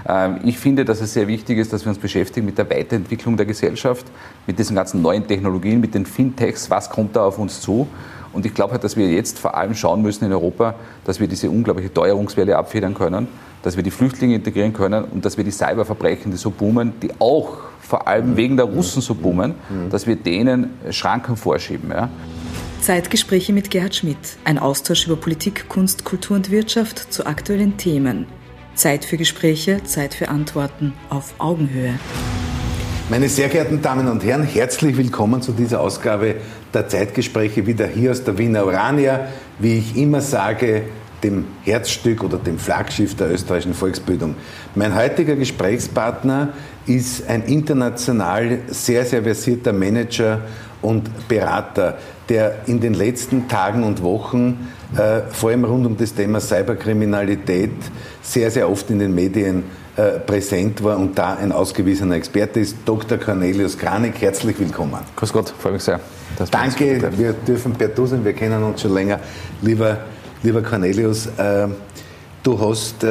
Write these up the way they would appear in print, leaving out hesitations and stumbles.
Ich finde, dass es sehr wichtig ist, dass wir uns beschäftigen mit der Weiterentwicklung der Gesellschaft, mit diesen ganzen neuen Technologien, mit den Fintechs, was kommt da auf uns zu. Und ich glaube, dass wir jetzt vor allem schauen müssen in Europa, dass wir diese unglaubliche Teuerungswelle abfedern können, dass wir die Flüchtlinge integrieren können und dass wir die Cyberverbrechen, die so boomen, die auch vor allem wegen der Russen so boomen, dass wir denen Schranken vorschieben. Ja. Zeitgespräche mit Gerhard Schmidt. Ein Austausch über Politik, Kunst, Kultur und Wirtschaft zu aktuellen Themen. Zeit für Gespräche, Zeit für Antworten auf Augenhöhe. Meine sehr geehrten Damen und Herren, herzlich willkommen zu dieser Ausgabe der Zeitgespräche, wieder hier aus der Wiener Urania, wie ich immer sage, dem Herzstück oder dem Flaggschiff der österreichischen Volksbildung. Mein heutiger Gesprächspartner ist ein international sehr, sehr versierter Manager und Berater, der in den letzten Tagen und Wochen, vor allem rund um das Thema Cyberkriminalität, sehr, sehr oft in den Medien präsent war und da ein ausgewiesener Experte ist. Dr. Cornelius Kranig, herzlich willkommen. Grüß Gott, freue mich sehr. Danke, wir dürfen per Du sein, wir kennen uns schon länger. Lieber Cornelius, du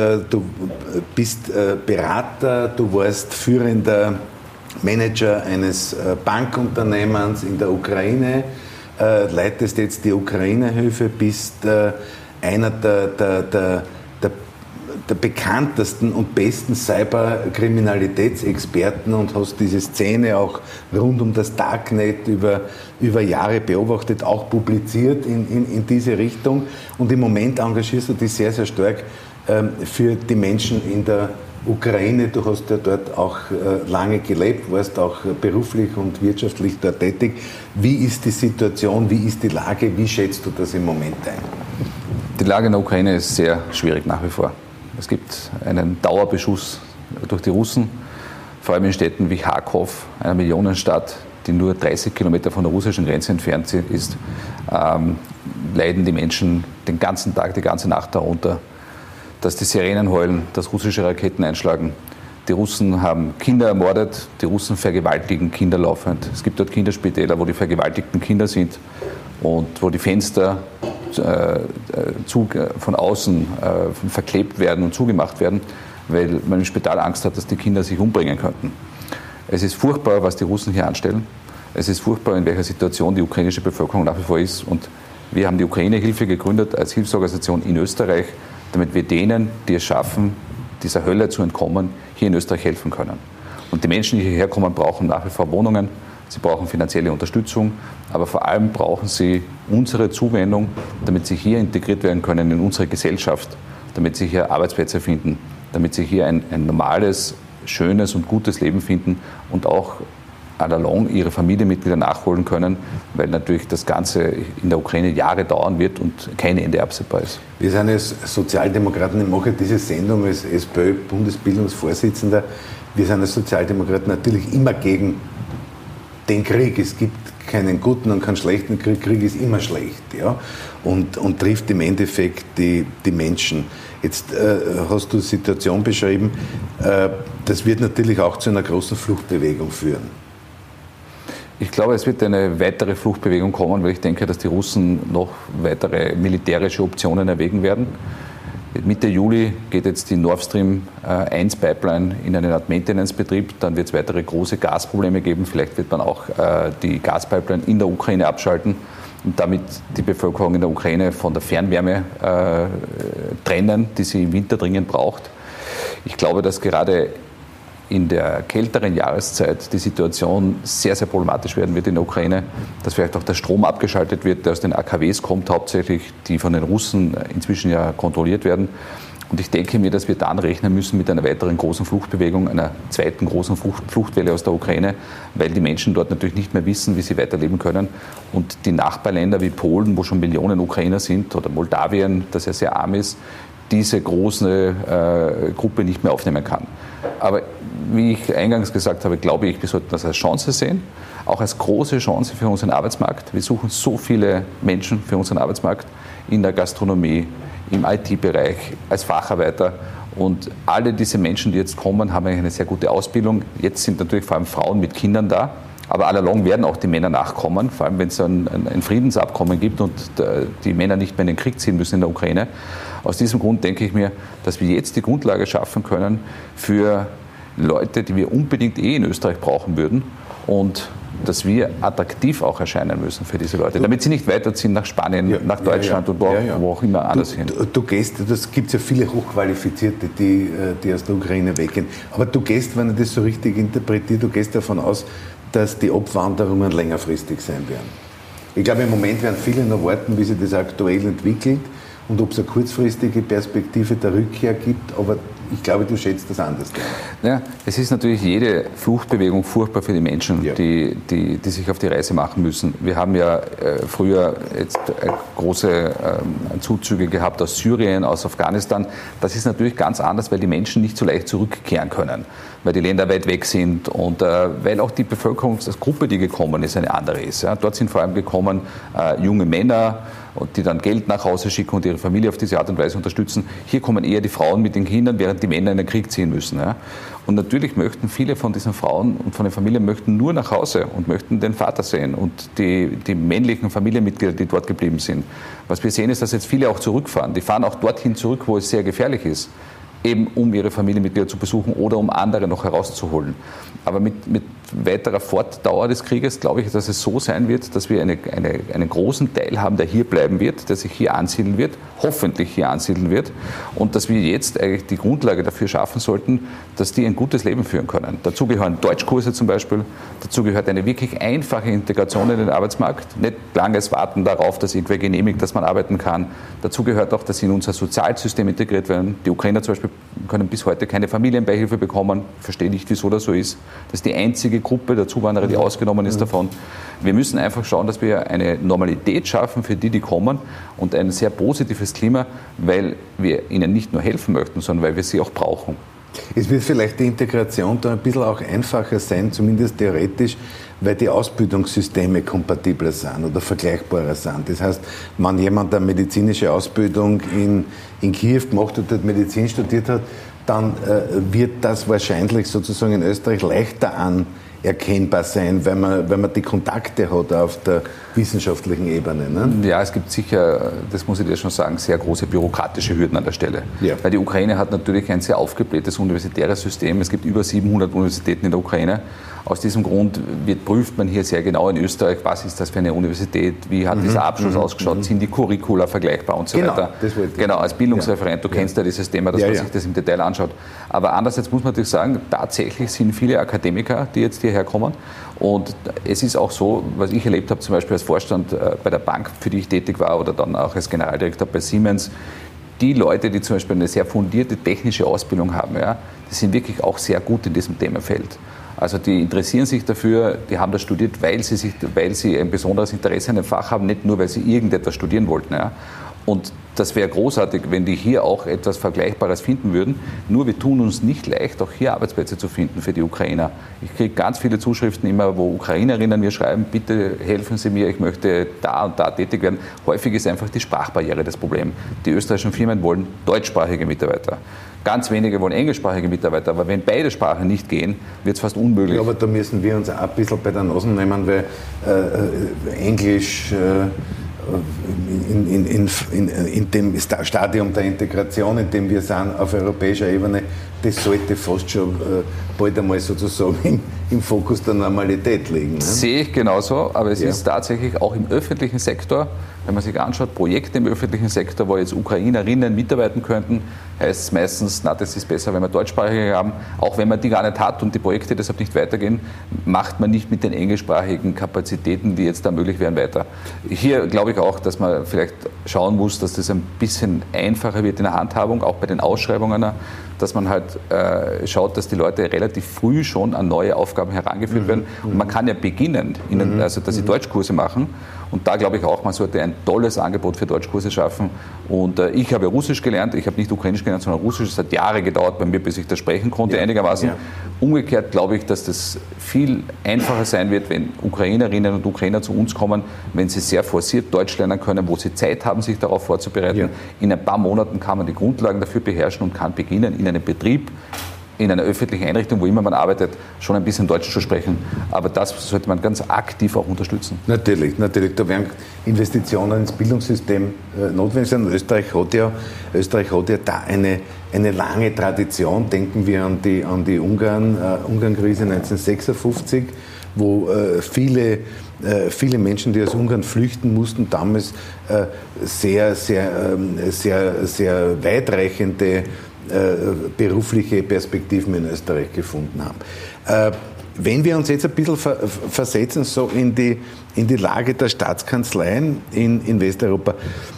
bist Berater, du warst führender Manager eines Bankunternehmens in der Ukraine, leitest jetzt die Ukraine-Hilfe, bist einer der bekanntesten und besten Cyberkriminalitätsexperten und hast diese Szene auch rund um das Darknet über Jahre beobachtet, auch publiziert in diese Richtung. Und im Moment engagierst du dich sehr, sehr stark für die Menschen in der Ukraine. Du hast ja dort auch lange gelebt, warst auch beruflich und wirtschaftlich dort tätig. Wie ist die Situation, wie ist die Lage, wie schätzt du das im Moment ein? Die Lage in der Ukraine ist sehr schwierig nach wie vor. Es gibt einen Dauerbeschuss durch die Russen, vor allem in Städten wie Kharkov, einer Millionenstadt, die nur 30 Kilometer von der russischen Grenze entfernt ist, leiden die Menschen den ganzen Tag, die ganze Nacht darunter, dass die Sirenen heulen, dass russische Raketen einschlagen. Die Russen haben Kinder ermordet, die Russen vergewaltigen Kinder laufend. Es gibt dort Kinderspitäler, wo die vergewaltigten Kinder sind und wo die Fenster von außen verklebt werden und zugemacht werden, weil man im Spital Angst hat, dass die Kinder sich umbringen könnten. Es ist furchtbar, was die Russen hier anstellen. Es ist furchtbar, in welcher Situation die ukrainische Bevölkerung nach wie vor ist. Und wir haben die Ukraine-Hilfe gegründet als Hilfsorganisation in Österreich, damit wir denen, die es schaffen, dieser Hölle zu entkommen, hier in Österreich helfen können. Und die Menschen, die hierher kommen, brauchen nach wie vor Wohnungen. Sie brauchen finanzielle Unterstützung, aber vor allem brauchen sie unsere Zuwendung, damit sie hier integriert werden können in unsere Gesellschaft, damit sie hier Arbeitsplätze finden, damit sie hier ein normales, schönes und gutes Leben finden und auch à la longue ihre Familienmitglieder nachholen können, weil natürlich das Ganze in der Ukraine Jahre dauern wird und kein Ende absehbar ist. Wir sind als Sozialdemokraten, ich mache diese Sendung als SPÖ-Bundesbildungsvorsitzender, wir sind als Sozialdemokraten natürlich immer gegen den Krieg. Es gibt keinen guten und keinen schlechten Krieg. Krieg ist immer schlecht, ja? Und trifft im Endeffekt die Menschen. Jetzt hast du die Situation beschrieben, das wird natürlich auch zu einer großen Fluchtbewegung führen. Ich glaube, es wird eine weitere Fluchtbewegung kommen, weil ich denke, dass die Russen noch weitere militärische Optionen erwägen werden. Mitte Juli geht jetzt die Nord Stream 1 Pipeline in einen Art Maintenance-Betrieb. Dann wird es weitere große Gasprobleme geben. Vielleicht wird man auch die Gaspipeline in der Ukraine abschalten und damit die Bevölkerung in der Ukraine von der Fernwärme trennen, die sie im Winter dringend braucht. Ich glaube, dass gerade in der kälteren Jahreszeit die Situation sehr, sehr problematisch werden wird in der Ukraine, dass vielleicht auch der Strom abgeschaltet wird, der aus den AKWs kommt hauptsächlich, die von den Russen inzwischen ja kontrolliert werden. Und ich denke mir, dass wir dann rechnen müssen mit einer weiteren großen Fluchtbewegung, einer zweiten großen Fluchtwelle aus der Ukraine, weil die Menschen dort natürlich nicht mehr wissen, wie sie weiterleben können. Und die Nachbarländer wie Polen, wo schon Millionen Ukrainer sind, oder Moldawien, das ja sehr arm ist, diese große Gruppe nicht mehr aufnehmen kann. Aber wie ich eingangs gesagt habe, glaube ich, wir sollten das als Chance sehen, auch als große Chance für unseren Arbeitsmarkt. Wir suchen so viele Menschen für unseren Arbeitsmarkt in der Gastronomie, im IT-Bereich, als Facharbeiter. Und alle diese Menschen, die jetzt kommen, haben eine sehr gute Ausbildung. Jetzt sind natürlich vor allem Frauen mit Kindern da. Aber allalong werden auch die Männer nachkommen, vor allem wenn es ein Friedensabkommen gibt und die Männer nicht mehr in den Krieg ziehen müssen in der Ukraine. Aus diesem Grund denke ich mir, dass wir jetzt die Grundlage schaffen können für Leute, die wir unbedingt in Österreich brauchen würden und dass wir attraktiv auch erscheinen müssen für diese Leute, damit sie nicht weiterziehen nach Spanien, nach Deutschland und wo auch immer anders hin. Du gehst, das gibt ja viele Hochqualifizierte, die aus der Ukraine weggehen, aber du gehst, wenn ich das so richtig interpretiere, du gehst davon aus, dass die Abwanderungen längerfristig sein werden. Ich glaube, im Moment werden viele noch warten, wie sich das aktuell entwickelt und ob es eine kurzfristige Perspektive der Rückkehr gibt, aber ich glaube, du schätzt das anders. Ja, es ist natürlich jede Fluchtbewegung furchtbar für die Menschen, die sich auf die Reise machen müssen. Wir haben ja früher jetzt große Zuzüge gehabt aus Syrien, aus Afghanistan. Das ist natürlich ganz anders, weil die Menschen nicht so leicht zurückkehren können, weil die Länder weit weg sind und weil auch die Bevölkerungsgruppe, die gekommen ist, eine andere ist. Ja. Dort sind vor allem gekommen junge Männer, die dann Geld nach Hause schicken und ihre Familie auf diese Art und Weise unterstützen. Hier kommen eher die Frauen mit den Kindern, während die Männer in den Krieg ziehen müssen. Ja. Und natürlich möchten viele von diesen Frauen und von den Familien möchten nur nach Hause und möchten den Vater sehen und die männlichen Familienmitglieder, die dort geblieben sind. Was wir sehen, ist, dass jetzt viele auch zurückfahren. Die fahren auch dorthin zurück, wo es sehr gefährlich ist, eben um ihre Familienmitglieder zu besuchen oder um andere noch herauszuholen. Aber mit weiterer Fortdauer des Krieges glaube ich, dass es so sein wird, dass wir einen großen Teil haben, der hier bleiben wird, der sich hier ansiedeln wird, hoffentlich hier ansiedeln wird und dass wir jetzt eigentlich die Grundlage dafür schaffen sollten, dass die ein gutes Leben führen können. Dazu gehören Deutschkurse zum Beispiel, dazu gehört eine wirklich einfache Integration in den Arbeitsmarkt, nicht langes Warten darauf, dass irgendwer genehmigt, dass man arbeiten kann. Dazu gehört auch, dass sie in unser Sozialsystem integriert werden. Die Ukrainer zum Beispiel können bis heute keine Familienbeihilfe bekommen. Ich verstehe nicht, wieso das so ist. Das ist die einzige Gruppe der Zuwanderer, die ausgenommen ist davon. Wir müssen einfach schauen, dass wir eine Normalität schaffen für die kommen und ein sehr positives Klima, weil wir ihnen nicht nur helfen möchten, sondern weil wir sie auch brauchen. Es wird vielleicht die Integration da ein bisschen auch einfacher sein, zumindest theoretisch, weil die Ausbildungssysteme kompatibler sind oder vergleichbarer sind. Das heißt, wenn jemand eine medizinische Ausbildung in Kiew gemacht hat, dort Medizin studiert hat, dann wird das wahrscheinlich sozusagen in Österreich leichter anerkennbar sein, weil man die Kontakte hat auf der wissenschaftlichen Ebene. Ne? Ja, es gibt sicher, das muss ich dir schon sagen, sehr große bürokratische Hürden an der Stelle. Ja. Weil die Ukraine hat natürlich ein sehr aufgeblähtes universitäres System. Es gibt über 700 Universitäten in der Ukraine. Aus diesem Grund prüft man hier sehr genau in Österreich, was ist das für eine Universität, wie hat dieser Abschluss ausgeschaut, sind die Curricula vergleichbar und so weiter. Genau, als Bildungsreferent, du kennst ja dieses Thema, dass man sich das im Detail anschaut. Aber andererseits muss man natürlich sagen, tatsächlich sind viele Akademiker, die jetzt hierher kommen. Und es ist auch so, was ich erlebt habe, zum Beispiel als Vorstand bei der Bank, für die ich tätig war, oder dann auch als Generaldirektor bei Siemens, die Leute, die zum Beispiel eine sehr fundierte technische Ausbildung haben, ja, die sind wirklich auch sehr gut in diesem Themenfeld. Also die interessieren sich dafür, die haben das studiert, weil sie ein besonderes Interesse an dem Fach haben, nicht nur, weil sie irgendetwas studieren wollten. Ja. Und das wäre großartig, wenn die hier auch etwas Vergleichbares finden würden. Nur wir tun uns nicht leicht, auch hier Arbeitsplätze zu finden für die Ukrainer. Ich kriege ganz viele Zuschriften immer, wo Ukrainerinnen mir schreiben, bitte helfen Sie mir, ich möchte da und da tätig werden. Häufig ist einfach die Sprachbarriere das Problem. Die österreichischen Firmen wollen deutschsprachige Mitarbeiter. Ganz wenige wollen englischsprachige Mitarbeiter, aber wenn beide Sprachen nicht gehen, wird es fast unmöglich. Ja, aber da müssen wir uns auch ein bisschen bei der Nase nehmen, weil Englisch in dem Stadium der Integration, in dem wir sind auf europäischer Ebene, das sollte fast schon bald einmal sozusagen im Fokus der Normalität liegen. Ne? Sehe ich genauso, aber es ist tatsächlich auch im öffentlichen Sektor, wenn man sich anschaut, Projekte im öffentlichen Sektor, wo jetzt Ukrainerinnen mitarbeiten könnten, heißt es meistens, na, das ist besser, wenn wir deutschsprachige haben. Auch wenn man die gar nicht hat und die Projekte deshalb nicht weitergehen, macht man nicht mit den englischsprachigen Kapazitäten, die jetzt da möglich wären, weiter. Hier glaube ich auch, dass man vielleicht schauen muss, dass das ein bisschen einfacher wird in der Handhabung, auch bei den Ausschreibungen, dass man halt schaut, dass die Leute relativ früh schon an neue Aufgaben herangeführt werden. Und man kann ja beginnen, also dass sie Deutschkurse machen. Und da glaube ich auch, man sollte ein tolles Angebot für Deutschkurse schaffen. Und ich habe Russisch gelernt, ich habe nicht Ukrainisch gelernt, sondern Russisch. Es hat Jahre gedauert bei mir, bis ich das sprechen konnte, einigermaßen. Ja. Umgekehrt glaube ich, dass das viel einfacher sein wird, wenn Ukrainerinnen und Ukrainer zu uns kommen, wenn sie sehr forciert Deutsch lernen können, wo sie Zeit haben, sich darauf vorzubereiten. Ja. In ein paar Monaten kann man die Grundlagen dafür beherrschen und kann beginnen, in einem Betrieb in einer öffentlichen Einrichtung, wo immer man arbeitet, schon ein bisschen Deutsch zu sprechen. Aber das sollte man ganz aktiv auch unterstützen. Natürlich. Da werden Investitionen ins Bildungssystem notwendig sein. Österreich hat ja da eine lange Tradition. Denken wir an die Ungarn-Krise 1956, wo viele Menschen, die aus Ungarn flüchten mussten, damals sehr, sehr, sehr, sehr weitreichende berufliche Perspektiven in Österreich gefunden haben. Wenn wir uns jetzt ein bisschen versetzen so in die Lage der Staatskanzleien in Westeuropa,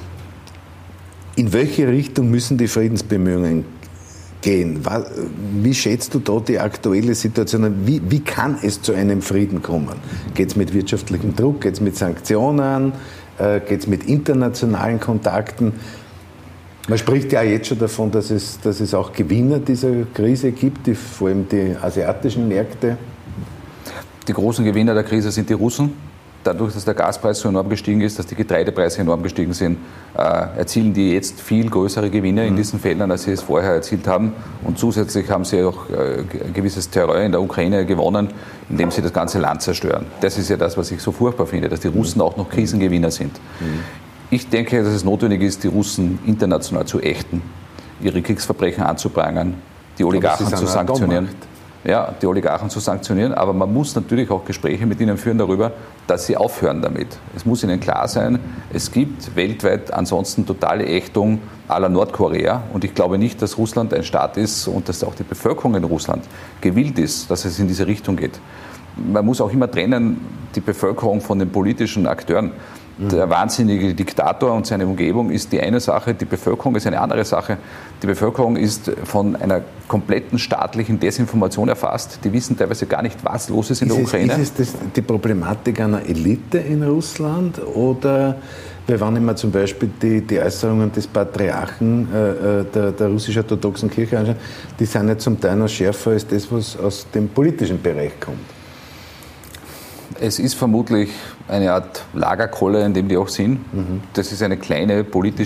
in welche Richtung müssen die Friedensbemühungen gehen? Wie schätzt du da die aktuelle Situation? Wie kann es zu einem Frieden kommen? Geht es mit wirtschaftlichem Druck? Geht es mit Sanktionen? Geht es mit internationalen Kontakten? Man spricht ja jetzt schon davon, dass es auch Gewinner dieser Krise gibt, vor allem die asiatischen Märkte. Die großen Gewinner der Krise sind die Russen. Dadurch, dass der Gaspreis so enorm gestiegen ist, dass die Getreidepreise enorm gestiegen sind, erzielen die jetzt viel größere Gewinne in diesen Feldern, als sie es vorher erzielt haben. Und zusätzlich haben sie auch ein gewisses Terror in der Ukraine gewonnen, indem sie das ganze Land zerstören. Das ist ja das, was ich so furchtbar finde, dass die Russen auch noch Krisengewinner sind. Ich denke, dass es notwendig ist, die Russen international zu ächten, ihre Kriegsverbrechen anzuprangern, die Oligarchen zu sanktionieren. Ja, die Oligarchen zu sanktionieren, aber man muss natürlich auch Gespräche mit ihnen führen darüber, dass sie aufhören damit. Es muss ihnen klar sein, es gibt weltweit ansonsten totale Ächtung à la Nordkorea und ich glaube nicht, dass Russland ein Staat ist und dass auch die Bevölkerung in Russland gewillt ist, dass es in diese Richtung geht. Man muss auch immer trennen, die Bevölkerung von den politischen Akteuren. Der wahnsinnige Diktator und seine Umgebung ist die eine Sache, die Bevölkerung ist eine andere Sache. Die Bevölkerung ist von einer kompletten staatlichen Desinformation erfasst. Die wissen teilweise gar nicht, was los ist in der Ukraine. Ist es die Problematik einer Elite in Russland oder wenn man zum Beispiel die Äußerungen des Patriarchen der russisch-orthodoxen Kirche anschaut, die sind ja zum Teil noch schärfer als das, was aus dem politischen Bereich kommt? Es ist vermutlich eine Art Lagerkoller, in dem die auch sind. Das ist eine kleine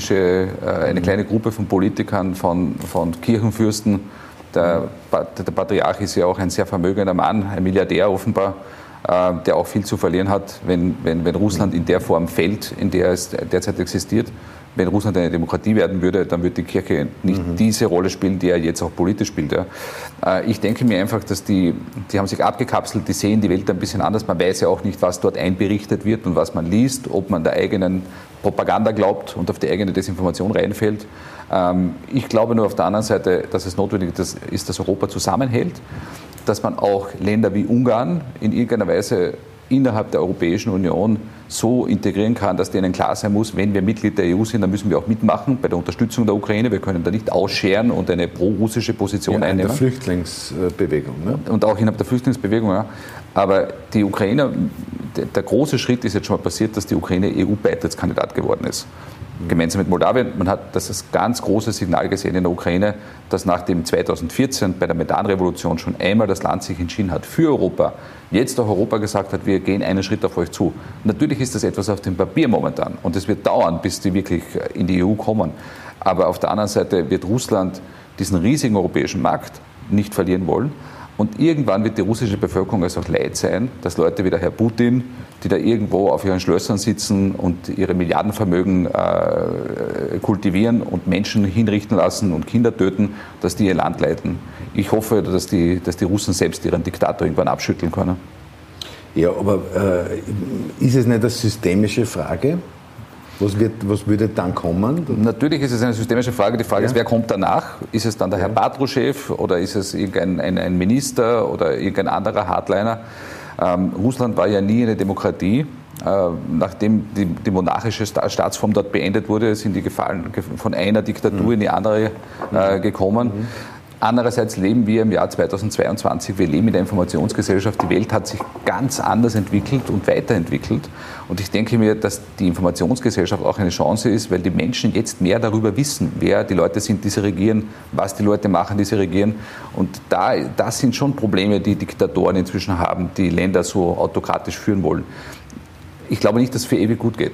Gruppe von Politikern, von Kirchenfürsten. Der Patriarch ist ja auch ein sehr vermögender Mann, ein Milliardär offenbar, der auch viel zu verlieren hat, wenn Russland in der Form fällt, in der es derzeit existiert. Wenn Russland eine Demokratie werden würde, dann würde die Kirche nicht diese Rolle spielen, die er jetzt auch politisch spielt. Ja. Ich denke mir einfach, dass die haben sich abgekapselt, die sehen die Welt ein bisschen anders. Man weiß ja auch nicht, was dort einberichtet wird und was man liest, ob man der eigenen Propaganda glaubt und auf die eigene Desinformation reinfällt. Ich glaube nur auf der anderen Seite, dass es notwendig ist, dass Europa zusammenhält, dass man auch Länder wie Ungarn in irgendeiner Weise innerhalb der Europäischen Union so integrieren kann, dass denen klar sein muss, wenn wir Mitglied der EU sind, dann müssen wir auch mitmachen bei der Unterstützung der Ukraine. Wir können da nicht ausscheren und eine pro-russische Position einnehmen. In der Flüchtlingsbewegung. Ne? Und auch innerhalb der Flüchtlingsbewegung, ja. Aber die Ukraine, der große Schritt ist jetzt schon mal passiert, dass die Ukraine EU-Beitrittskandidat geworden ist. Gemeinsam mit Moldawien. Man hat das ganz große Signal gesehen in der Ukraine, dass nachdem 2014 bei der Maidan-Revolution schon einmal das Land sich entschieden hat für Europa, jetzt auch Europa gesagt hat, wir gehen einen Schritt auf euch zu. Natürlich ist das etwas auf dem Papier momentan und es wird dauern, bis die wirklich in die EU kommen. Aber auf der anderen Seite wird Russland diesen riesigen europäischen Markt nicht verlieren wollen. Und irgendwann wird die russische Bevölkerung es auch leid sein, dass Leute wie der Herr Putin, die da irgendwo auf ihren Schlössern sitzen und ihre Milliardenvermögen kultivieren und Menschen hinrichten lassen und Kinder töten, dass die ihr Land leiten. Ich hoffe, dass die Russen selbst ihren Diktator irgendwann abschütteln können. Ja, aber ist es nicht eine systemische Frage? Was würde dann kommen? Natürlich ist es eine systemische Frage. Die Frage ist, wer kommt danach? Ist es dann der Herr Patruschew oder ist es ein Minister oder irgendein anderer Hardliner? Russland war ja nie eine Demokratie. Nachdem die monarchische Staatsform dort beendet wurde, sind die von einer Diktatur in die andere gekommen. Andererseits leben wir im Jahr 2022, wir leben in der Informationsgesellschaft, die Welt hat sich ganz anders entwickelt und weiterentwickelt. Und ich denke mir, dass die Informationsgesellschaft auch eine Chance ist, weil die Menschen jetzt mehr darüber wissen, wer die Leute sind, die sie regieren, was die Leute machen, die sie regieren. Und das sind schon Probleme, die Diktatoren inzwischen haben, die Länder so autokratisch führen wollen. Ich glaube nicht, dass es für ewig gut geht.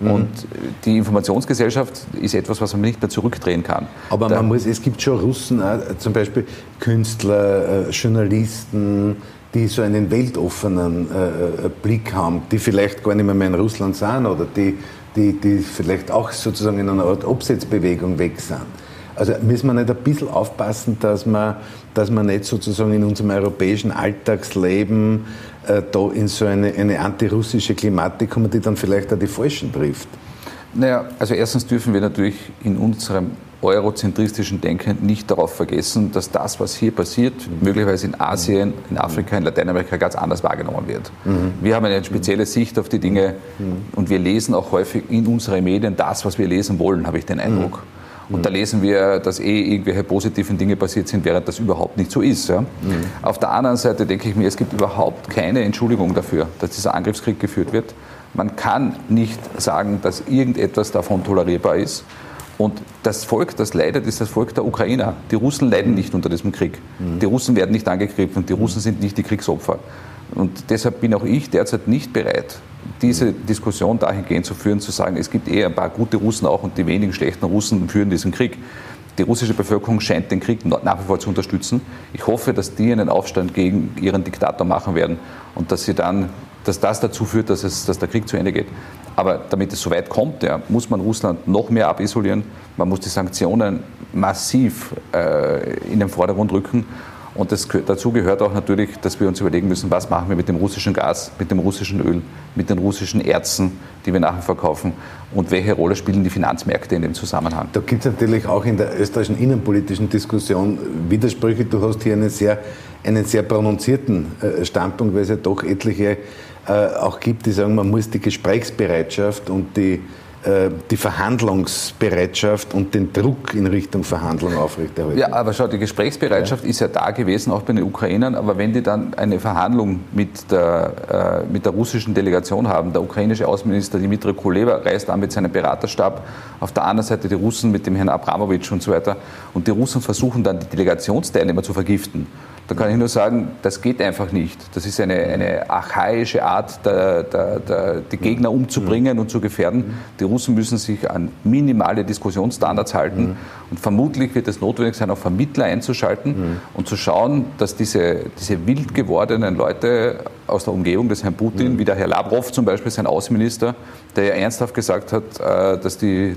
Und die Informationsgesellschaft ist etwas, was man nicht mehr zurückdrehen kann. Aber es gibt schon Russen, zum Beispiel Künstler, Journalisten, die so einen weltoffenen Blick haben, die vielleicht gar nicht mehr in Russland sind oder die vielleicht auch sozusagen in einer Art Absetzbewegung weg sind. Also müssen wir nicht ein bisschen aufpassen, dass man nicht sozusagen in unserem europäischen Alltagsleben da in so eine antirussische Klimatik kommen, die dann vielleicht auch die Falschen trifft? Naja, also erstens dürfen wir natürlich in unserem eurozentristischen Denken nicht darauf vergessen, dass das, was hier passiert, möglicherweise in Asien, in Afrika, in Lateinamerika ganz anders wahrgenommen wird. Wir haben eine spezielle Sicht auf die Dinge und wir lesen auch häufig in unseren Medien das, was wir lesen wollen, habe ich den Eindruck. Und da lesen wir, dass irgendwelche positiven Dinge passiert sind, während das überhaupt nicht so ist. Ja? Auf der anderen Seite denke ich mir, es gibt überhaupt keine Entschuldigung dafür, dass dieser Angriffskrieg geführt wird. Man kann nicht sagen, dass irgendetwas davon tolerierbar ist. Und das Volk, das leidet, ist das Volk der Ukrainer. Die Russen leiden nicht unter diesem Krieg. Die Russen werden nicht angegriffen, die Russen sind nicht die Kriegsopfer. Und deshalb bin auch ich derzeit nicht bereit, diese Diskussion dahingehend zu führen, zu sagen, es gibt eher ein paar gute Russen auch und die wenigen schlechten Russen führen diesen Krieg. Die russische Bevölkerung scheint den Krieg nach wie vor zu unterstützen. Ich hoffe, dass die einen Aufstand gegen ihren Diktator machen werden und dass das dazu führt, dass der Krieg zu Ende geht. Aber damit es so weit kommt, ja, muss man Russland noch mehr abisolieren. Man muss die Sanktionen massiv in den Vordergrund rücken. Und dazu gehört auch natürlich, dass wir uns überlegen müssen, was machen wir mit dem russischen Gas, mit dem russischen Öl, mit den russischen Erzen, die wir nachher verkaufen und welche Rolle spielen die Finanzmärkte in dem Zusammenhang. Da gibt es natürlich auch in der österreichischen innenpolitischen Diskussion Widersprüche. Du hast hier einen sehr prononcierten Standpunkt, weil es ja doch etliche auch gibt, die sagen, man muss die Gesprächsbereitschaft und die Verhandlungsbereitschaft und den Druck in Richtung Verhandlung aufrechterhalten. Ja, aber schau, die Gesprächsbereitschaft ist ja da gewesen, auch bei den Ukrainern, aber wenn die dann eine Verhandlung mit der russischen Delegation haben, der ukrainische Außenminister Dmytro Kuleba reist an mit seinem Beraterstab, auf der anderen Seite die Russen mit dem Herrn Abramowitsch und so weiter, und die Russen versuchen dann, die Delegationsteilnehmer zu vergiften. Da kann ich nur sagen, das geht einfach nicht. Das ist eine archaische Art, die Gegner umzubringen und zu gefährden. Die Russen müssen sich an minimale Diskussionsstandards halten. Und vermutlich wird es notwendig sein, auch Vermittler einzuschalten und zu schauen, dass diese wild gewordenen Leute aus der Umgebung des Herrn Putin, wie der Herr Lavrov zum Beispiel, sein Außenminister, der ja ernsthaft gesagt hat, dass die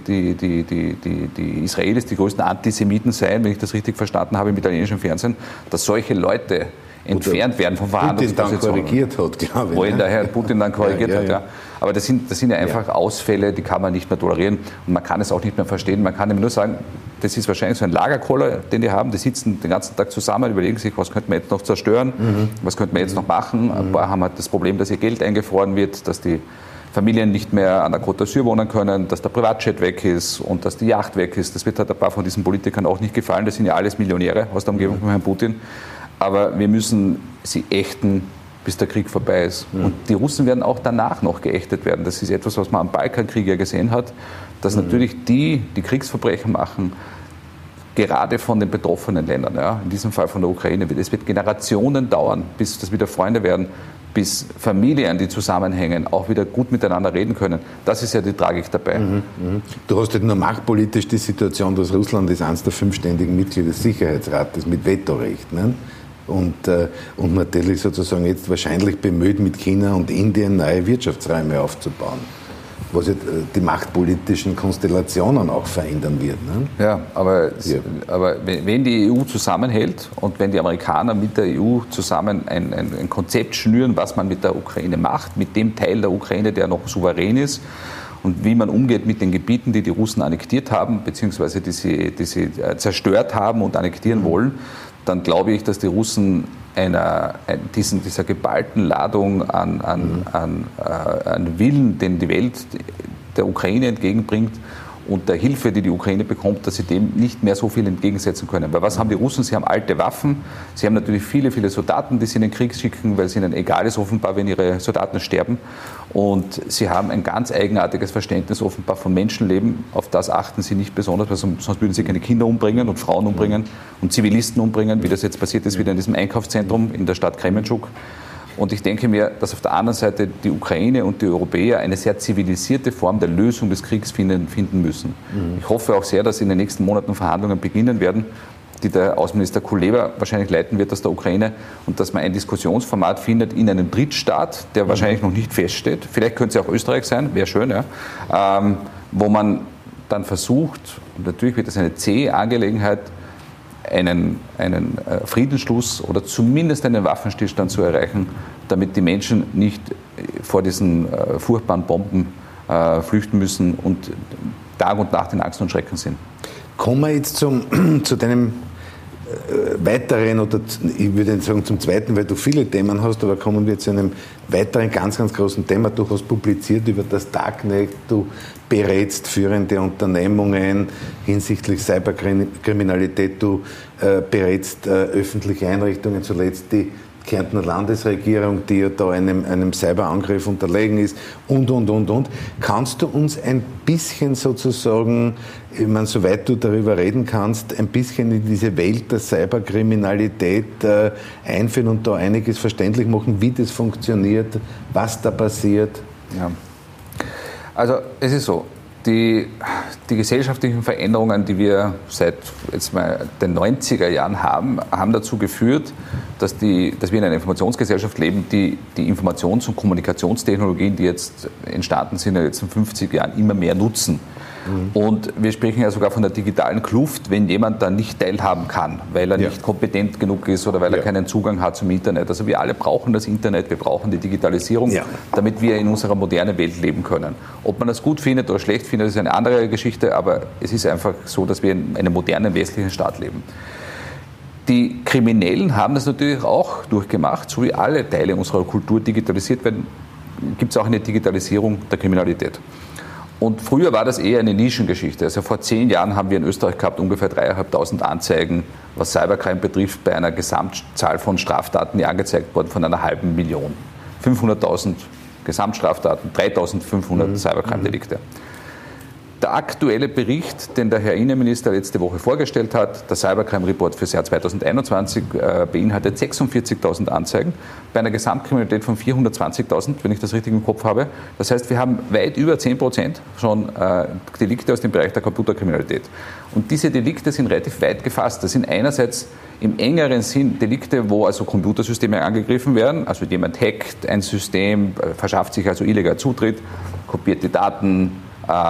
Israelis die größten Antisemiten seien, wenn ich das richtig verstanden habe im italienischen Fernsehen, dass solche Leute entfernt werden von Verhandlungspositionen. Putin dann korrigiert hat, glaube ich. Wo ihn der Herr Putin dann korrigiert hat, ja. Aber das sind ja einfach Ausfälle, die kann man nicht mehr tolerieren und man kann es auch nicht mehr verstehen. Man kann ihm nur sagen, das ist wahrscheinlich so ein Lagerkoller, den die haben. Die sitzen den ganzen Tag zusammen, überlegen sich, was könnte man jetzt noch zerstören, was könnte man jetzt noch machen. Ein paar haben halt das Problem, dass ihr Geld eingefroren wird, dass die Familien nicht mehr an der Côte d'Azur wohnen können, dass der Privatjet weg ist und dass die Yacht weg ist. Das wird halt ein paar von diesen Politikern auch nicht gefallen. Das sind ja alles Millionäre aus der Umgebung von Herrn Putin. Aber wir müssen sie ächten, bis der Krieg vorbei ist. Und die Russen werden auch danach noch geächtet werden. Das ist etwas, was man am Balkankrieg ja gesehen hat, dass natürlich die Kriegsverbrechen machen, gerade von den betroffenen Ländern, ja, in diesem Fall von der Ukraine. Es wird Generationen dauern, bis das wieder Freunde werden, bis Familien, die zusammenhängen, auch wieder gut miteinander reden können. Das ist ja die Tragik dabei. Du hast halt nur machtpolitisch die Situation, dass Russland ist eines der 5 ständigen Mitglieder des Sicherheitsrates mit Vetorecht. Ne? Und natürlich sozusagen jetzt wahrscheinlich bemüht, mit China und Indien neue Wirtschaftsräume aufzubauen, was jetzt die machtpolitischen Konstellationen auch verändern wird. Ne? Ja, aber wenn die EU zusammenhält und wenn die Amerikaner mit der EU zusammen ein Konzept schnüren, was man mit der Ukraine macht, mit dem Teil der Ukraine, der noch souverän ist, und wie man umgeht mit den Gebieten, die die Russen annektiert haben, beziehungsweise die sie zerstört haben und annektieren wollen, dann glaube ich, dass die Russen dieser geballten Ladung an Willen, den die Welt der Ukraine entgegenbringt und der Hilfe, die die Ukraine bekommt, dass sie dem nicht mehr so viel entgegensetzen können. Weil was haben die Russen? Sie haben alte Waffen, sie haben natürlich viele, viele Soldaten, die sie in den Krieg schicken, weil es ihnen egal ist offenbar, wenn ihre Soldaten sterben. Und sie haben ein ganz eigenartiges Verständnis offenbar von Menschenleben. Auf das achten sie nicht besonders, weil sonst würden sie keine Kinder umbringen und Frauen umbringen und Zivilisten umbringen, wie das jetzt passiert ist, wieder in diesem Einkaufszentrum in der Stadt Kremenchuk. Und ich denke mir, dass auf der anderen Seite die Ukraine und die Europäer eine sehr zivilisierte Form der Lösung des Kriegs finden müssen. Ich hoffe auch sehr, dass in den nächsten Monaten Verhandlungen beginnen werden, die der Außenminister Kuleba wahrscheinlich leiten wird aus der Ukraine, und dass man ein Diskussionsformat findet in einem Drittstaat, der wahrscheinlich noch nicht feststeht. Vielleicht könnte es auch Österreich sein, wäre schön, ja, wo man dann versucht, und natürlich wird das eine zähe Angelegenheit, einen Friedensschluss oder zumindest einen Waffenstillstand zu erreichen, damit die Menschen nicht vor diesen furchtbaren Bomben flüchten müssen und Tag und Nacht in Angst und Schrecken sind. Kommen wir jetzt zu deinem weiteren, oder ich würde nicht sagen zum zweiten, weil du viele Themen hast, aber kommen wir zu einem weiteren ganz, ganz großen Thema. Du hast publiziert über das Darknet, du berätst führende Unternehmungen hinsichtlich Cyberkriminalität, du berätst öffentliche Einrichtungen, zuletzt die Kärntner Landesregierung, die ja da einem Cyberangriff unterlegen ist und. Kannst du uns ein bisschen sozusagen, ich meine, soweit du darüber reden kannst, ein bisschen in diese Welt der Cyberkriminalität einführen und da einiges verständlich machen, wie das funktioniert, was da passiert? Ja. Also es ist so, die gesellschaftlichen Veränderungen, die wir seit jetzt mal den 90er Jahren haben dazu geführt, dass wir in einer Informationsgesellschaft leben, die Informations- und Kommunikationstechnologien, die jetzt entstanden sind in den letzten 50 Jahren, immer mehr nutzen. Und wir sprechen ja sogar von der digitalen Kluft, wenn jemand da nicht teilhaben kann, weil er nicht kompetent genug ist oder weil er keinen Zugang hat zum Internet. Also wir alle brauchen das Internet, wir brauchen die Digitalisierung, damit wir in unserer modernen Welt leben können. Ob man das gut findet oder schlecht findet, ist eine andere Geschichte, aber es ist einfach so, dass wir in einem modernen westlichen Staat leben. Die Kriminellen haben das natürlich auch durchgemacht, so wie alle Teile unserer Kultur digitalisiert werden, gibt es auch eine Digitalisierung der Kriminalität. Und früher war das eher eine Nischengeschichte. Also vor 10 Jahren haben wir in Österreich gehabt ungefähr 3.500 Anzeigen, was Cybercrime betrifft, bei einer Gesamtzahl von Straftaten, die angezeigt wurden von einer halben Million. 500.000 Gesamtstraftaten, 3.500 Cybercrime-Delikte. Der aktuelle Bericht, den der Herr Innenminister letzte Woche vorgestellt hat, der Cybercrime-Report für das Jahr 2021, beinhaltet 46.000 Anzeigen bei einer Gesamtkriminalität von 420.000, wenn ich das richtig im Kopf habe. Das heißt, wir haben weit über 10% schon Delikte aus dem Bereich der Computerkriminalität. Und diese Delikte sind relativ weit gefasst. Das sind einerseits im engeren Sinn Delikte, wo also Computersysteme angegriffen werden, also jemand hackt ein System, verschafft sich also illegal Zutritt, kopiert die Daten,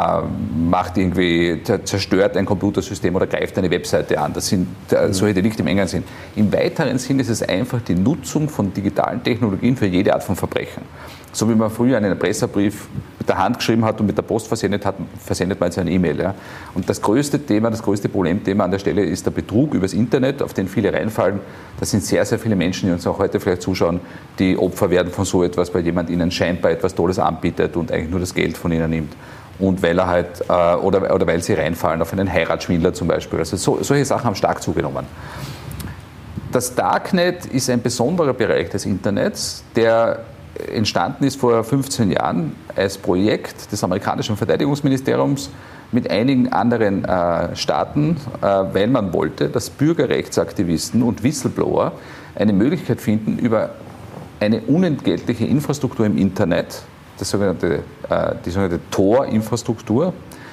zerstört ein Computersystem oder greift eine Webseite an. Das sind solche Delikte im engeren Sinn. Im weiteren Sinn ist es einfach die Nutzung von digitalen Technologien für jede Art von Verbrechen. So wie man früher einen Erpresserbrief mit der Hand geschrieben hat und mit der Post versendet hat, versendet man jetzt eine E-Mail. Ja. Und das größte Problemthema an der Stelle ist der Betrug übers Internet, auf den viele reinfallen. Das sind sehr, sehr viele Menschen, die uns auch heute vielleicht zuschauen, die Opfer werden von so etwas, weil jemand ihnen scheinbar etwas Tolles anbietet und eigentlich nur das Geld von ihnen nimmt. Und weil er halt, oder weil sie reinfallen auf einen Heiratsschwindler zum Beispiel. Also solche Sachen haben stark zugenommen. Das Darknet ist ein besonderer Bereich des Internets, der entstanden ist vor 15 Jahren als Projekt des amerikanischen Verteidigungsministeriums mit einigen anderen Staaten, weil man wollte, dass Bürgerrechtsaktivisten und Whistleblower eine Möglichkeit finden, über eine unentgeltliche Infrastruktur im Internet, die sogenannte Tor-Infrastruktur,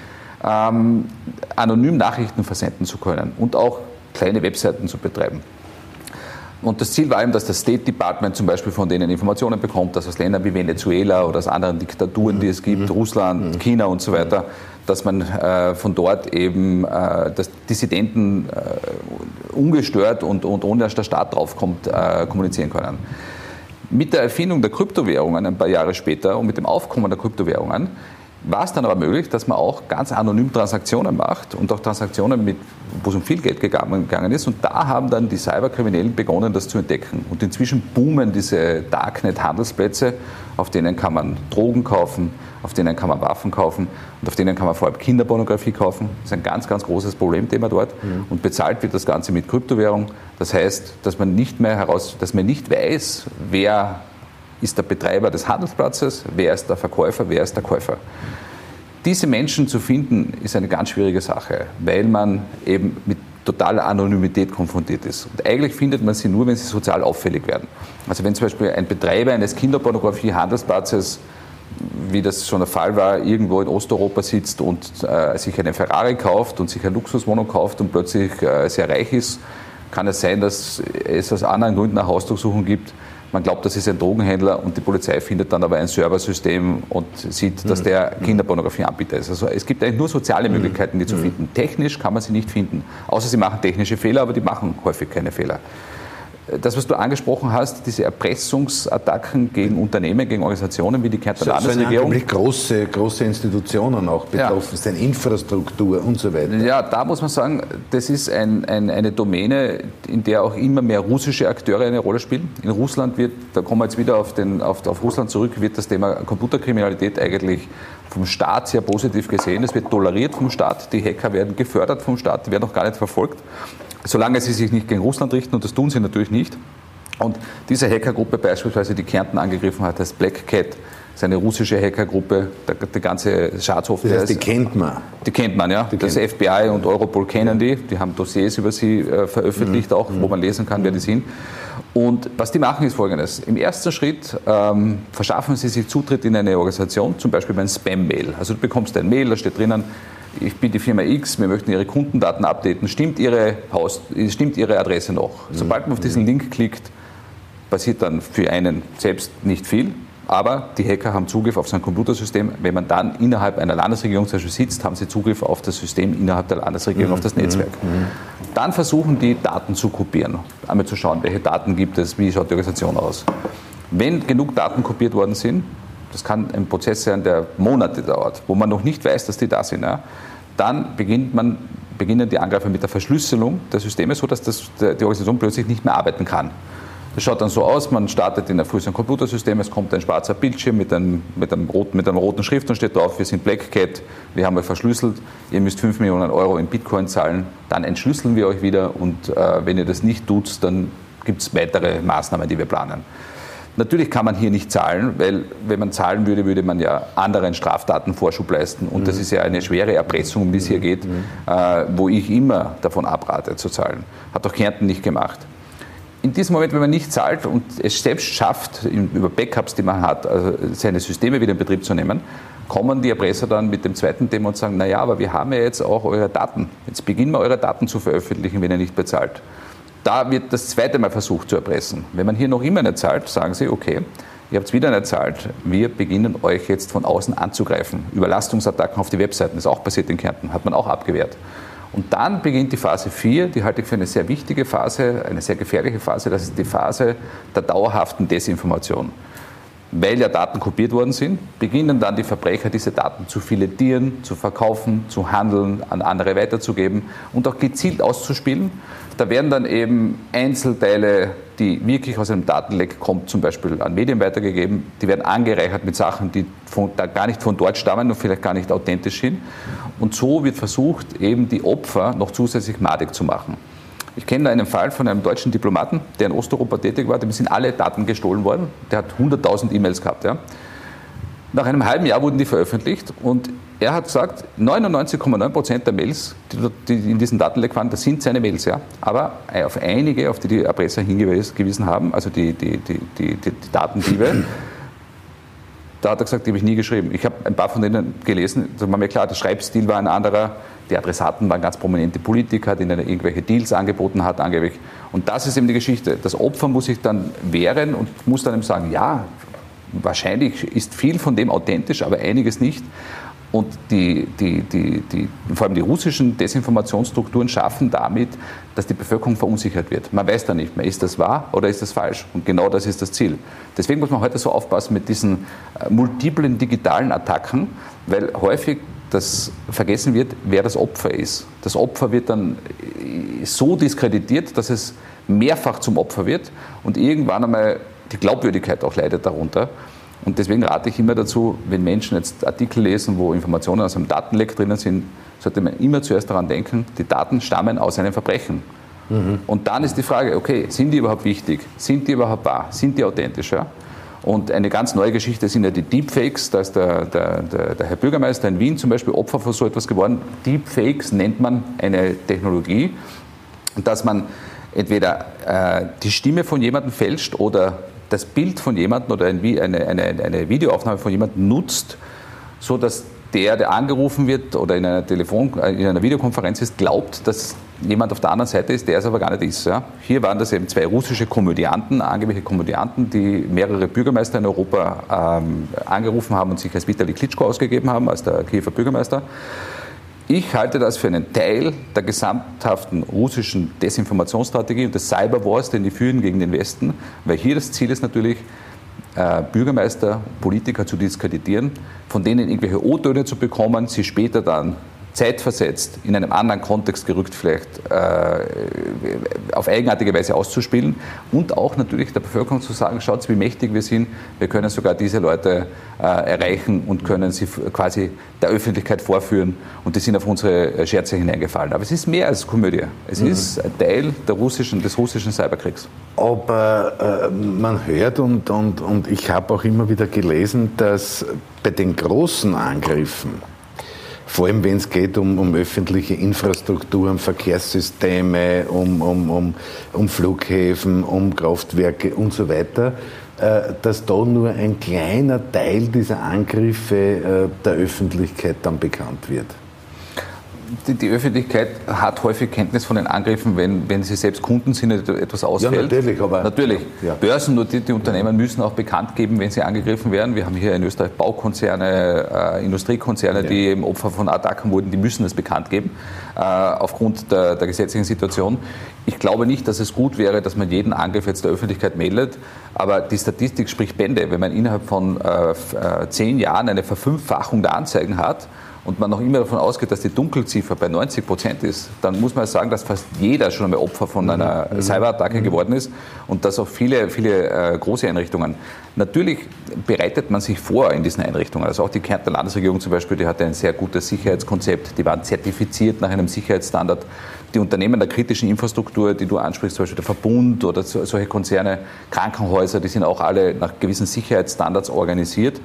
anonym Nachrichten versenden zu können und auch kleine Webseiten zu betreiben. Und das Ziel war eben, dass das State Department zum Beispiel von denen Informationen bekommt, dass aus Ländern wie Venezuela oder aus anderen Diktaturen, die es gibt, Russland, China und so weiter, dass man von dort eben dass Dissidenten ungestört und ohne dass der Staat draufkommt, kommunizieren können. Mit der Erfindung der Kryptowährungen ein paar Jahre später und mit dem Aufkommen der Kryptowährungen war es dann aber möglich, dass man auch ganz anonym Transaktionen macht und auch Transaktionen, wo es um viel Geld gegangen ist. Und da haben dann die Cyberkriminellen begonnen, das zu entdecken. Und inzwischen boomen diese Darknet-Handelsplätze, auf denen kann man Drogen kaufen, auf denen kann man Waffen kaufen und auf denen kann man vor allem Kinderpornografie kaufen. Das ist ein ganz, ganz großes Problemthema dort. Und bezahlt wird das Ganze mit Kryptowährung. Das heißt, dass man nicht weiß, wer ist der Betreiber des Handelsplatzes, wer ist der Verkäufer, wer ist der Käufer. Diese Menschen zu finden, ist eine ganz schwierige Sache, weil man eben mit totaler Anonymität konfrontiert ist. Und eigentlich findet man sie nur, wenn sie sozial auffällig werden. Also wenn zum Beispiel ein Betreiber eines Kinderpornografie-Handelsplatzes, wie das schon der Fall war, irgendwo in Osteuropa sitzt und sich einen Ferrari kauft und sich eine Luxuswohnung kauft und plötzlich sehr reich ist, kann es sein, dass es aus anderen Gründen eine Hausdurchsuchung gibt. Man glaubt, das ist ein Drogenhändler und die Polizei findet dann aber ein Serversystem und sieht, dass der Kinderpornografieanbieter ist. Also es gibt eigentlich nur soziale Möglichkeiten, die zu finden. Technisch kann man sie nicht finden, außer sie machen technische Fehler, aber die machen häufig keine Fehler. Das, was du angesprochen hast, diese Erpressungsattacken gegen Unternehmen, gegen Organisationen wie die Kärntner Landesregierung. Große Institutionen auch betroffen sind, Infrastruktur und so weiter. Ja, da muss man sagen, das ist eine Domäne, in der auch immer mehr russische Akteure eine Rolle spielen. In Russland da kommen wir jetzt wieder auf Russland zurück, wird das Thema Computerkriminalität eigentlich vom Staat sehr positiv gesehen. Es wird toleriert vom Staat, die Hacker werden gefördert vom Staat, die werden auch gar nicht verfolgt. Solange sie sich nicht gegen Russland richten, und das tun sie natürlich nicht. Und diese Hackergruppe beispielsweise, die Kärnten angegriffen hat, heißt Black Cat, ist eine russische Hackergruppe, die ganze Schadsoftware. Das heißt, die kennt man? Die kennt man, ja. Das FBI und Europol kennen die haben Dossiers über sie veröffentlicht, auch, wo man lesen kann, wer die sind. Und was die machen, ist Folgendes. Im ersten Schritt verschaffen sie sich Zutritt in eine Organisation, zum Beispiel beim Spam-Mail. Also du bekommst ein Mail, da steht drinnen, ich bin die Firma X, wir möchten Ihre Kundendaten updaten, stimmt Ihre Adresse noch? Sobald man auf diesen Link klickt, passiert dann für einen selbst nicht viel, aber die Hacker haben Zugriff auf sein Computersystem. Wenn man dann innerhalb einer Landesregierung zum Beispiel sitzt, haben sie Zugriff auf das System innerhalb der Landesregierung, auf das Netzwerk. Dann versuchen die, Daten zu kopieren, einmal zu schauen, welche Daten gibt es, wie schaut die Organisation aus. Wenn genug Daten kopiert worden sind, das kann ein Prozess sein, der Monate dauert, wo man noch nicht weiß, dass die da sind. Ja. Dann beginnen die Angreifer mit der Verschlüsselung der Systeme, sodass die Organisation plötzlich nicht mehr arbeiten kann. Das schaut dann so aus, man startet in der Früh ein Computersystem, es kommt ein schwarzer Bildschirm mit einer roten Schrift und steht drauf, wir sind Black Cat, wir haben euch verschlüsselt, ihr müsst 5 Millionen Euro in Bitcoin zahlen, dann entschlüsseln wir euch wieder und wenn ihr das nicht tut, dann gibt es weitere Maßnahmen, die wir planen. Natürlich kann man hier nicht zahlen, weil wenn man zahlen würde, würde man ja anderen Straftaten Vorschub leisten. Und das ist ja eine schwere Erpressung, um die es hier geht, wo ich immer davon abrate zu zahlen. Hat auch Kärnten nicht gemacht. In diesem Moment, wenn man nicht zahlt und es selbst schafft, über Backups, die man hat, also seine Systeme wieder in Betrieb zu nehmen, kommen die Erpresser dann mit dem zweiten Thema und sagen, naja, aber wir haben ja jetzt auch eure Daten. Jetzt beginnen wir eure Daten zu veröffentlichen, wenn ihr nicht bezahlt. Da wird das zweite Mal versucht zu erpressen. Wenn man hier noch immer nicht zahlt, sagen sie, okay, ihr habt es wieder nicht zahlt, wir beginnen euch jetzt von außen anzugreifen. Überlastungsattacken auf die Webseiten, das ist auch passiert in Kärnten, hat man auch abgewehrt. Und dann beginnt die Phase 4, die halte ich für eine sehr wichtige Phase, eine sehr gefährliche Phase, das ist die Phase der dauerhaften Desinformation. Weil ja Daten kopiert worden sind, beginnen dann die Verbrecher, diese Daten zu filetieren, zu verkaufen, zu handeln, an andere weiterzugeben und auch gezielt auszuspielen. Da werden dann eben Einzelteile, die wirklich aus einem Datenleck kommen, zum Beispiel an Medien weitergegeben, die werden angereichert mit Sachen, die gar nicht von dort stammen und vielleicht gar nicht authentisch sind. Und so wird versucht, eben die Opfer noch zusätzlich madig zu machen. Ich kenne da einen Fall von einem deutschen Diplomaten, der in Osteuropa tätig war, dem sind alle Daten gestohlen worden. Der hat 100.000 E-Mails gehabt. Ja. Nach einem halben Jahr wurden die veröffentlicht und er hat gesagt, 99,9% der Mails, die in diesem Datenleck waren, das sind seine Mails. Ja. Aber auf einige, auf die Erpresser hingewiesen haben, also die Datendiebe, da hat er gesagt, die habe ich nie geschrieben. Ich habe ein paar von denen gelesen, da war mir klar, der Schreibstil war ein anderer, die Adressaten waren ganz prominente Politiker, denen er irgendwelche Deals angeboten hat, angeblich. Und das ist eben die Geschichte. Das Opfer muss sich dann wehren und muss dann eben sagen, ja, wahrscheinlich ist viel von dem authentisch, aber einiges nicht. Und vor allem die russischen Desinformationsstrukturen schaffen damit, dass die Bevölkerung verunsichert wird. Man weiß da nicht mehr, ist das wahr oder ist das falsch? Und genau das ist das Ziel. Deswegen muss man heute so aufpassen mit diesen multiplen digitalen Attacken, weil häufig das vergessen wird, wer das Opfer ist. Das Opfer wird dann so diskreditiert, dass es mehrfach zum Opfer wird und irgendwann einmal die Glaubwürdigkeit auch leidet darunter. Und deswegen rate ich immer dazu, wenn Menschen jetzt Artikel lesen, wo Informationen aus einem Datenleck drinnen sind, sollte man immer zuerst daran denken, die Daten stammen aus einem Verbrechen. Und dann ist die Frage, okay, sind die überhaupt wichtig? Sind die überhaupt wahr? Sind die authentisch? Ja? Und eine ganz neue Geschichte sind ja die Deepfakes. Da ist der Herr Bürgermeister in Wien zum Beispiel Opfer von so etwas geworden. Deepfakes nennt man eine Technologie, dass man entweder die Stimme von jemandem fälscht oder das Bild von jemandem oder eine Videoaufnahme von jemandem nutzt, so dass der angerufen wird oder in einer Videokonferenz ist, glaubt, dass jemand auf der anderen Seite ist, der es aber gar nicht ist. Ja? Hier waren das eben zwei russische Komödianten, angebliche Komödianten, die mehrere Bürgermeister in Europa angerufen haben und sich als Vitali Klitschko ausgegeben haben, als der Kiewer Bürgermeister. Ich halte das für einen Teil der gesamthaften russischen Desinformationsstrategie und des Cyberwars, den die führen gegen den Westen, weil hier das Ziel ist natürlich, Bürgermeister, Politiker zu diskreditieren, von denen irgendwelche O-Töne zu bekommen, sie später dann zeitversetzt in einem anderen Kontext gerückt vielleicht auf eigenartige Weise auszuspielen und auch natürlich der Bevölkerung zu sagen, schaut, wie mächtig wir sind, wir können sogar diese Leute erreichen und können sie quasi der Öffentlichkeit vorführen und die sind auf unsere Scherze hineingefallen. Aber es ist mehr als Komödie. Es ist ein Teil des russischen Cyberkriegs. Aber man hört und ich habe auch immer wieder gelesen, dass bei den großen Angriffen, vor allem wenn es geht um öffentliche Infrastruktur, um Verkehrssysteme, um Flughäfen, um Kraftwerke und so weiter, dass da nur ein kleiner Teil dieser Angriffe der Öffentlichkeit dann bekannt wird. Die Öffentlichkeit hat häufig Kenntnis von den Angriffen, wenn sie selbst Kunden sind, etwas ausfällt. Ja, natürlich. Aber natürlich. Ja. Börsennotierte Unternehmen müssen auch bekannt geben, wenn sie angegriffen werden. Wir haben hier in Österreich Baukonzerne, Industriekonzerne, die eben Opfer von Attacken wurden, die müssen das bekannt geben, aufgrund der gesetzlichen Situation. Ich glaube nicht, dass es gut wäre, dass man jeden Angriff jetzt der Öffentlichkeit meldet, aber die Statistik spricht Bände. Wenn man innerhalb von 10 Jahren eine Verfünffachung der Anzeigen hat, und man noch immer davon ausgeht, dass die Dunkelziffer bei 90% ist, dann muss man sagen, dass fast jeder schon einmal Opfer von einer Cyberattacke geworden ist und dass auch viele große Einrichtungen. Natürlich bereitet man sich vor in diesen Einrichtungen. Also auch die Kärntner Landesregierung zum Beispiel, die hatte ein sehr gutes Sicherheitskonzept, die waren zertifiziert nach einem Sicherheitsstandard. Die Unternehmen der kritischen Infrastruktur, die du ansprichst, zum Beispiel der Verbund oder solche Konzerne, Krankenhäuser, die sind auch alle nach gewissen Sicherheitsstandards organisiert.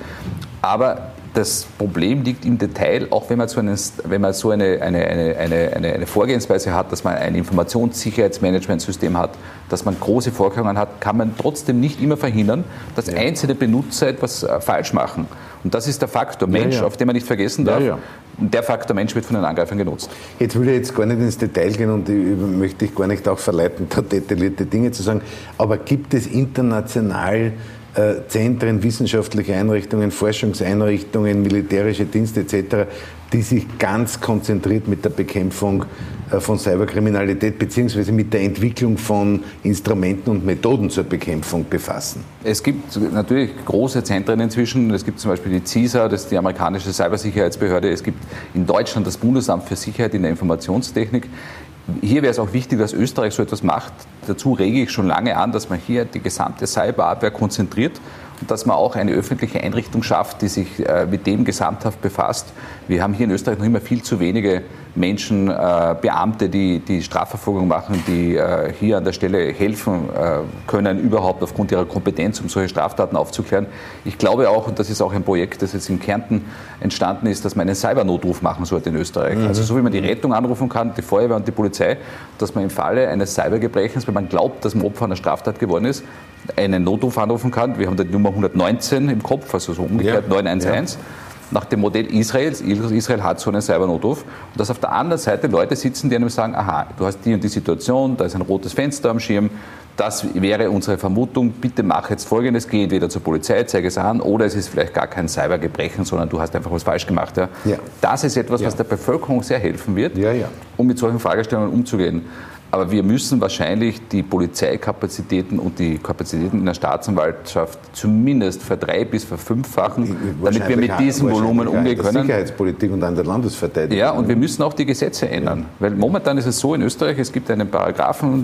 Aber das Problem liegt im Detail, auch wenn man so eine Vorgehensweise hat, dass man ein Informationssicherheitsmanagementsystem hat, dass man große Vorkehrungen hat, kann man trotzdem nicht immer verhindern, dass einzelne Benutzer etwas falsch machen. Und das ist der Faktor Mensch, auf den man nicht vergessen darf. Und der Faktor Mensch wird von den Angreifern genutzt. Jetzt will ich jetzt gar nicht ins Detail gehen und ich möchte dich gar nicht auch verleiten, da detaillierte Dinge zu sagen. Aber gibt es international Zentren, wissenschaftliche Einrichtungen, Forschungseinrichtungen, militärische Dienste etc., die sich ganz konzentriert mit der Bekämpfung von Cyberkriminalität bzw. mit der Entwicklung von Instrumenten und Methoden zur Bekämpfung befassen? Es gibt natürlich große Zentren inzwischen. Es gibt zum Beispiel die CISA, das ist die amerikanische Cybersicherheitsbehörde. Es gibt in Deutschland das Bundesamt für Sicherheit in der Informationstechnik. Hier wäre es auch wichtig, dass Österreich so etwas macht. Dazu rege ich schon lange an, dass man hier die gesamte Cyberabwehr konzentriert und dass man auch eine öffentliche Einrichtung schafft, die sich mit dem gesamthaft befasst. Wir haben hier in Österreich noch immer viel zu wenige Menschen, Beamte, die Strafverfolgung machen, die hier an der Stelle helfen können, überhaupt aufgrund ihrer Kompetenz, um solche Straftaten aufzuklären. Ich glaube auch, und das ist auch ein Projekt, das jetzt in Kärnten entstanden ist, dass man einen Cybernotruf machen sollte in Österreich. Also so wie man die Rettung anrufen kann, die Feuerwehr und die Polizei, dass man im Falle eines Cybergebrechens, wenn man glaubt, dass man Opfer einer Straftat geworden ist, einen Notruf anrufen kann. Wir haben die Nummer 119 im Kopf, also so umgekehrt 911. Nach dem Modell Israels. Israel hat so einen Cybernotruf. Und dass auf der anderen Seite Leute sitzen, die einem sagen, aha, du hast die und die Situation, da ist ein rotes Fenster am Schirm, das wäre unsere Vermutung, bitte mach jetzt Folgendes, geh entweder zur Polizei, zeige es an, oder es ist vielleicht gar kein Cybergebrechen, sondern du hast einfach was falsch gemacht. Ja? Das ist etwas, was der Bevölkerung sehr helfen wird, um mit solchen Fragestellungen umzugehen. Aber wir müssen wahrscheinlich die Polizeikapazitäten und die Kapazitäten in der Staatsanwaltschaft zumindest ver-3- bis ver-5-fachen, damit wir mit diesem Volumen umgehen können. Der Sicherheitspolitik und an der Landesverteidigung. Ja, und wir müssen auch die Gesetze ändern. Weil momentan ist es so in Österreich, es gibt einen Paragraphen,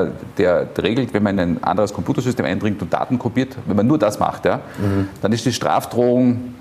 der regelt, wenn man in ein anderes Computersystem eindringt und Daten kopiert, wenn man nur das macht, dann ist die Strafdrohung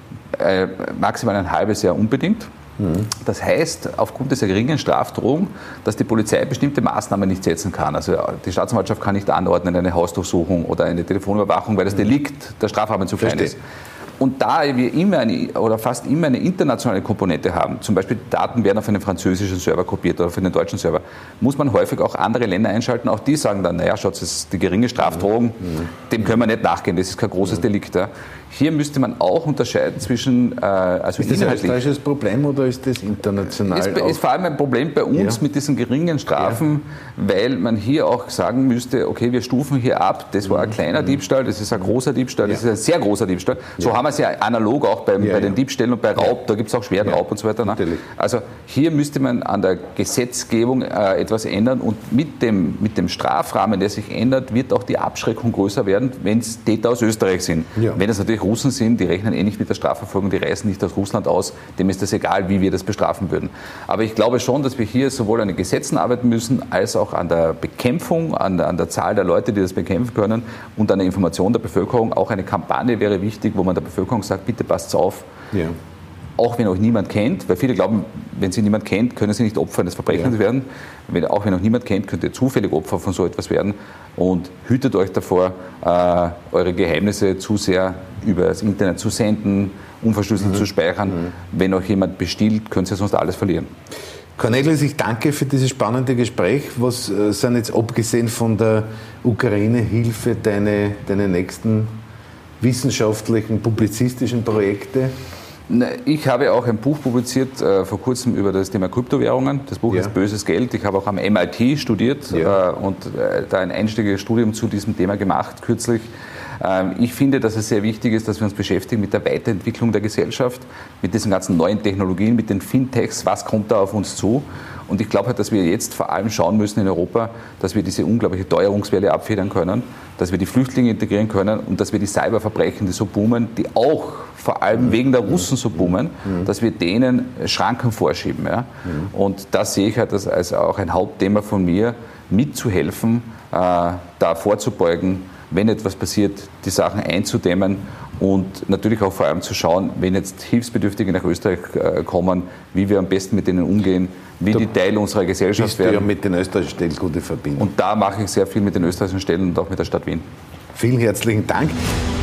maximal ein halbes Jahr unbedingt. Das heißt, aufgrund dieser geringen Strafdrohung, dass die Polizei bestimmte Maßnahmen nicht setzen kann. Also die Staatsanwaltschaft kann nicht anordnen, eine Hausdurchsuchung oder eine Telefonüberwachung, weil das Delikt der Strafrahmen zu klein ist. Und da wir immer fast immer eine internationale Komponente haben, zum Beispiel Daten werden auf einen französischen Server kopiert oder auf einen deutschen Server, muss man häufig auch andere Länder einschalten. Auch die sagen dann, naja, schaut, das ist die geringe Strafdrohung, dem können wir nicht nachgehen, das ist kein großes Delikt. Ja. Hier müsste man auch unterscheiden zwischen... Also ist das ein österreichisches Problem oder ist das international? Es ist vor allem ein Problem bei uns mit diesen geringen Strafen, weil man hier auch sagen müsste, okay, wir stufen hier ab, das war ein kleiner Diebstahl, das ist ein großer Diebstahl, das ist ein sehr großer Diebstahl. So haben wir es ja analog auch bei den Diebstählen und bei Raub, da gibt es auch schweren Raub und so weiter. Ne? Also hier müsste man an der Gesetzgebung etwas ändern und mit dem Strafrahmen, der sich ändert, wird auch die Abschreckung größer werden, wenn es Täter aus Österreich sind. Ja. Wenn es natürlich Russen sind, die rechnen nicht mit der Strafverfolgung, die reisen nicht aus Russland aus, dem ist das egal, wie wir das bestrafen würden. Aber ich glaube schon, dass wir hier sowohl an den Gesetzen arbeiten müssen, als auch an der Bekämpfung, an der Zahl der Leute, die das bekämpfen können und an der Information der Bevölkerung. Auch eine Kampagne wäre wichtig, wo man der Bevölkerung sagt, bitte passt auf. Ja. Auch wenn euch niemand kennt, weil viele glauben, wenn sie niemand kennt, können sie nicht Opfer eines Verbrechens werden. Auch wenn euch niemand kennt, könnt ihr zufällig Opfer von so etwas werden. Und hütet euch davor, eure Geheimnisse zu sehr über das Internet zu senden, unverschlüsselt zu speichern. Wenn euch jemand bestiehlt, könnt ihr sonst alles verlieren. Cornelius, ich danke für dieses spannende Gespräch. Was sind jetzt abgesehen von der Ukraine-Hilfe deine nächsten wissenschaftlichen, publizistischen Projekte? Ich habe auch ein Buch publiziert vor kurzem über das Thema Kryptowährungen. Das Buch heißt Böses Geld. Ich habe auch am MIT studiert und da ein einstiegiges Studium zu diesem Thema gemacht kürzlich. Ich finde, dass es sehr wichtig ist, dass wir uns beschäftigen mit der Weiterentwicklung der Gesellschaft, mit diesen ganzen neuen Technologien, mit den Fintechs, was kommt da auf uns zu. Und ich glaube halt, dass wir jetzt vor allem schauen müssen in Europa, dass wir diese unglaubliche Teuerungswelle abfedern können, dass wir die Flüchtlinge integrieren können und dass wir die Cyberverbrechen, die so boomen, die auch vor allem wegen der Russen so boomen, dass wir denen Schranken vorschieben. Ja? Und das sehe ich halt als auch ein Hauptthema von mir, mitzuhelfen, da vorzubeugen, wenn etwas passiert, die Sachen einzudämmen und natürlich auch vor allem zu schauen, wenn jetzt Hilfsbedürftige nach Österreich kommen, wie wir am besten mit denen umgehen, wie die Teil unserer Gesellschaft werden. Du ja mit den österreichischen Stellen gute Verbindung. Und da mache ich sehr viel mit den österreichischen Stellen und auch mit der Stadt Wien. Vielen herzlichen Dank.